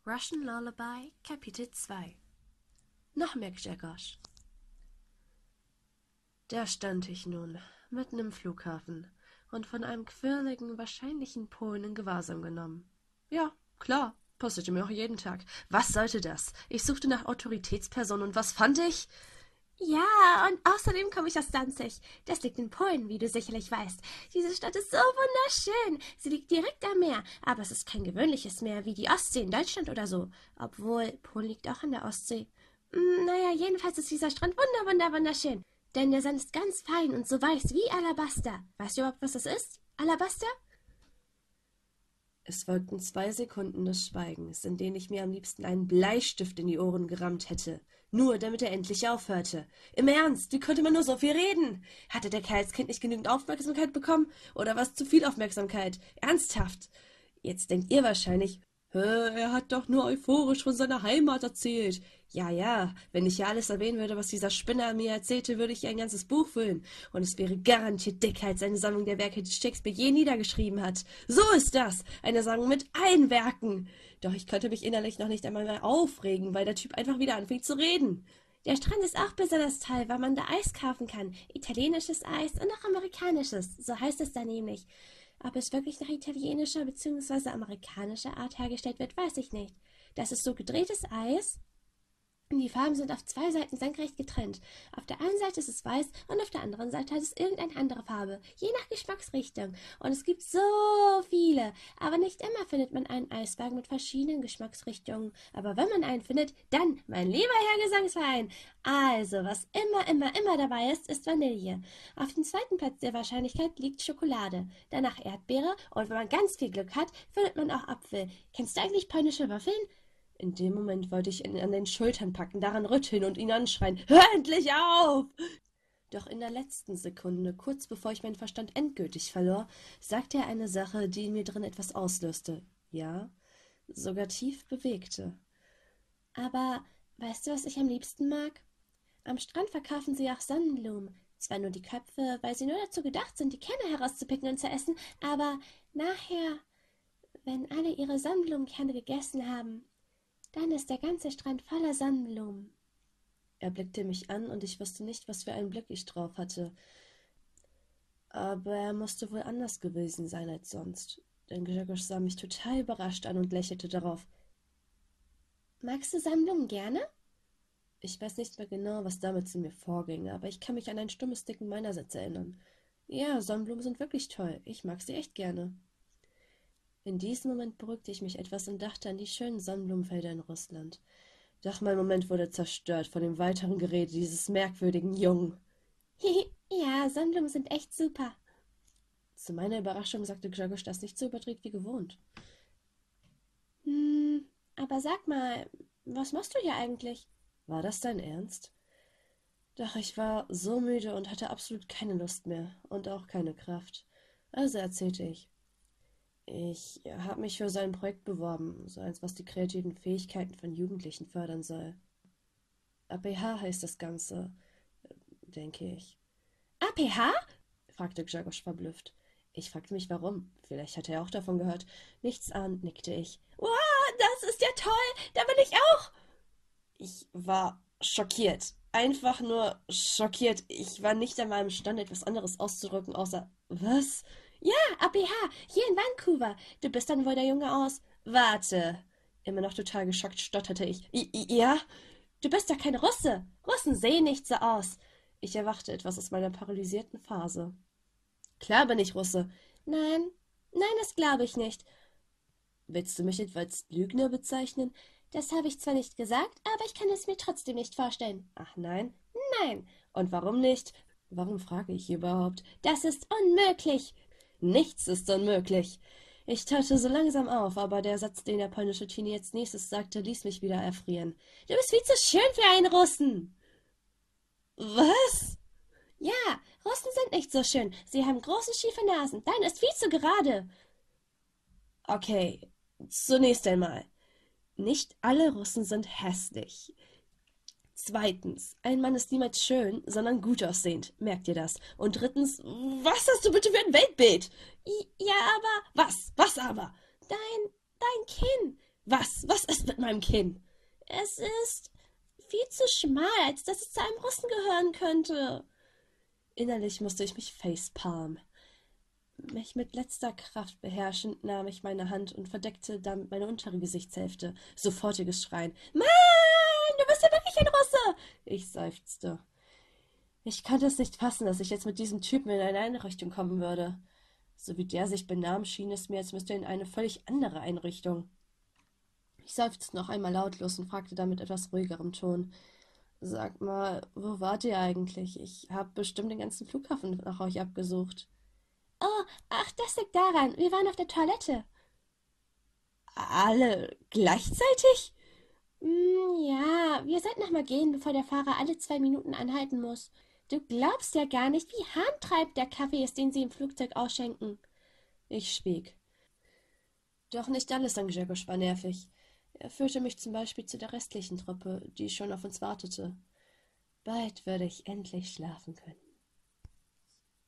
Russian Lullaby, Kapitel 2. Noch mehr Grzegorz. Da stand ich nun, mitten im Flughafen und von einem quirligen, wahrscheinlichen Polen in Gewahrsam genommen. Ja, klar, passierte mir auch jeden Tag. Was sollte das? Ich suchte nach Autoritätspersonen und was fand ich? Ja, und außerdem komme ich aus Danzig. Das liegt in Polen, wie du sicherlich weißt. Diese Stadt ist so wunderschön. Sie liegt direkt am Meer, aber es ist kein gewöhnliches Meer wie die Ostsee in Deutschland oder so. Obwohl, Polen liegt auch an der Ostsee. Naja, jedenfalls ist dieser Strand wunderschön. Denn der Sand ist ganz fein und so weiß wie Alabaster. Weißt du überhaupt, was das ist? Alabaster? Es folgten 2 Sekunden des Schweigens, in denen ich mir am liebsten einen Bleistift in die Ohren gerammt hätte, nur damit er endlich aufhörte. Im Ernst, wie konnte man nur so viel reden? Hatte der Kerl als Kind nicht genügend Aufmerksamkeit bekommen? Oder war es zu viel Aufmerksamkeit? Ernsthaft? Jetzt denkt ihr wahrscheinlich, er hat doch nur euphorisch von seiner Heimat erzählt. Ja, wenn ich ja alles erwähnen würde, was dieser Spinner mir erzählte, würde ich ein ganzes Buch füllen. Und es wäre garantiert dicker als eine Sammlung der Werke, die Shakespeare je niedergeschrieben hat. So ist das, eine Sammlung mit allen Werken. Doch ich konnte mich innerlich noch nicht einmal mehr aufregen, weil der Typ einfach wieder anfing zu reden. Der Strand ist auch besonders toll, weil man da Eis kaufen kann. Italienisches Eis und auch amerikanisches. So heißt es da nämlich. Ob es wirklich nach italienischer bzw. amerikanischer Art hergestellt wird, weiß ich nicht. Das ist so gedrehtes Eis. Die Farben sind auf 2 Seiten senkrecht getrennt. Auf der einen Seite ist es weiß und auf der anderen Seite hat es irgendeine andere Farbe, je nach Geschmacksrichtung. Und es gibt so viele, aber nicht immer findet man einen Eiswagen mit verschiedenen Geschmacksrichtungen. Aber wenn man einen findet, dann, mein lieber Herr Gesangsverein. Also, was immer dabei ist, ist Vanille. Auf dem zweiten Platz der Wahrscheinlichkeit liegt Schokolade, danach Erdbeere und wenn man ganz viel Glück hat, findet man auch Apfel. Kennst du eigentlich polnische Waffeln? In dem Moment wollte ich ihn an den Schultern packen, daran rütteln und ihn anschreien, hör endlich auf! Doch in der letzten Sekunde, kurz bevor ich meinen Verstand endgültig verlor, sagte er eine Sache, die in mir drin etwas auslöste. Ja, sogar tief bewegte. Aber weißt du, was ich am liebsten mag? Am Strand verkaufen sie auch Sonnenblumen. Zwar nur die Köpfe, weil sie nur dazu gedacht sind, die Kerne herauszupicken und zu essen, aber nachher, wenn alle ihre Sonnenblumenkerne gegessen haben, dann ist der ganze Strand voller Sonnenblumen. Er blickte mich an und ich wusste nicht, was für einen Blick ich drauf hatte. Aber er musste wohl anders gewesen sein als sonst, denn Grzegorz sah mich total überrascht an und lächelte darauf. Magst du Sonnenblumen gerne? Ich weiß nicht mehr genau, was damals in mir vorging, aber ich kann mich an ein stummes Nicken meinerseits erinnern. Ja, Sonnenblumen sind wirklich toll. Ich mag sie echt gerne. In diesem Moment beruhigte ich mich etwas und dachte an die schönen Sonnenblumenfelder in Russland. Doch mein Moment wurde zerstört von dem weiteren Gerede dieses merkwürdigen Jungen. Ja, Sonnenblumen sind echt super. Zu meiner Überraschung sagte Grzegorz das nicht so überdreht wie gewohnt. Aber sag mal, was machst du hier eigentlich? War das dein Ernst? Doch ich war so müde und hatte absolut keine Lust mehr und auch keine Kraft. Also erzählte ich. Ich habe mich für so ein Projekt beworben, so eins, was die kreativen Fähigkeiten von Jugendlichen fördern soll. APH heißt das Ganze, denke ich. APH? Fragte Grzegorz verblüfft. Ich fragte mich, warum. Vielleicht hatte er auch davon gehört. Nichts ahnend nickte ich. Wow, das ist ja toll, da bin ich auch. Ich war schockiert. Einfach nur schockiert. Ich war nicht einmal imstande, etwas anderes auszudrücken, außer was? Ja, APH, hier in Vancouver. Du bist dann wohl der Junge aus. Warte. Immer noch total geschockt stotterte ich. Ja? Du bist doch kein Russe. Russen sehen nicht so aus. Ich erwachte etwas aus meiner paralysierten Phase. Klar bin ich Russe. Nein, das glaube ich nicht. Willst du mich etwa als Lügner bezeichnen? Das habe ich zwar nicht gesagt, aber ich kann es mir trotzdem nicht vorstellen. Ach nein? Nein. Und warum nicht? Warum frage ich überhaupt? Das ist unmöglich. Nichts ist unmöglich. Ich taute so langsam auf, aber der Satz, den der polnische Teenie jetzt nächstes sagte, ließ mich wieder erfrieren. Du bist viel zu schön für einen Russen. Was? Ja, Russen sind nicht so schön. Sie haben große, schiefe Nasen. Deine ist viel zu gerade. Okay, zunächst einmal. Nicht alle Russen sind hässlich. Zweitens, ein Mann ist niemals schön, sondern gut aussehend. Merkt ihr das? Und drittens, was hast du bitte für ein Weltbild? Ja, aber Was? Was aber? dein Kinn. Was ist mit meinem Kinn? Es ist viel zu schmal, als dass es zu einem Russen gehören könnte. Innerlich musste ich mich facepalmen. Mich mit letzter Kraft beherrschend nahm ich meine Hand und verdeckte damit meine untere Gesichtshälfte. Sofortiges Schreien. Mann, du bist ja wirklich ein Russe! Ich seufzte. Ich konnte es nicht fassen, dass ich jetzt mit diesem Typen in eine Einrichtung kommen würde. So wie der sich benahm, schien es mir, als müsste er in eine völlig andere Einrichtung. Ich seufzte noch einmal lautlos und fragte dann mit etwas ruhigerem Ton. Sag mal, wo wart ihr eigentlich? Ich habe bestimmt den ganzen Flughafen nach euch abgesucht. Oh, ach, das liegt daran. Wir waren auf der Toilette. Alle gleichzeitig? Ja, wir sollten noch mal gehen, bevor der Fahrer alle 2 Minuten anhalten muss. Du glaubst ja gar nicht, wie harntreibend der Kaffee ist, den sie im Flugzeug ausschenken. Ich schwieg. Doch nicht alles an Grzegorz war nervig. Er führte mich zum Beispiel zu der restlichen Truppe, die schon auf uns wartete. Bald würde ich endlich schlafen können.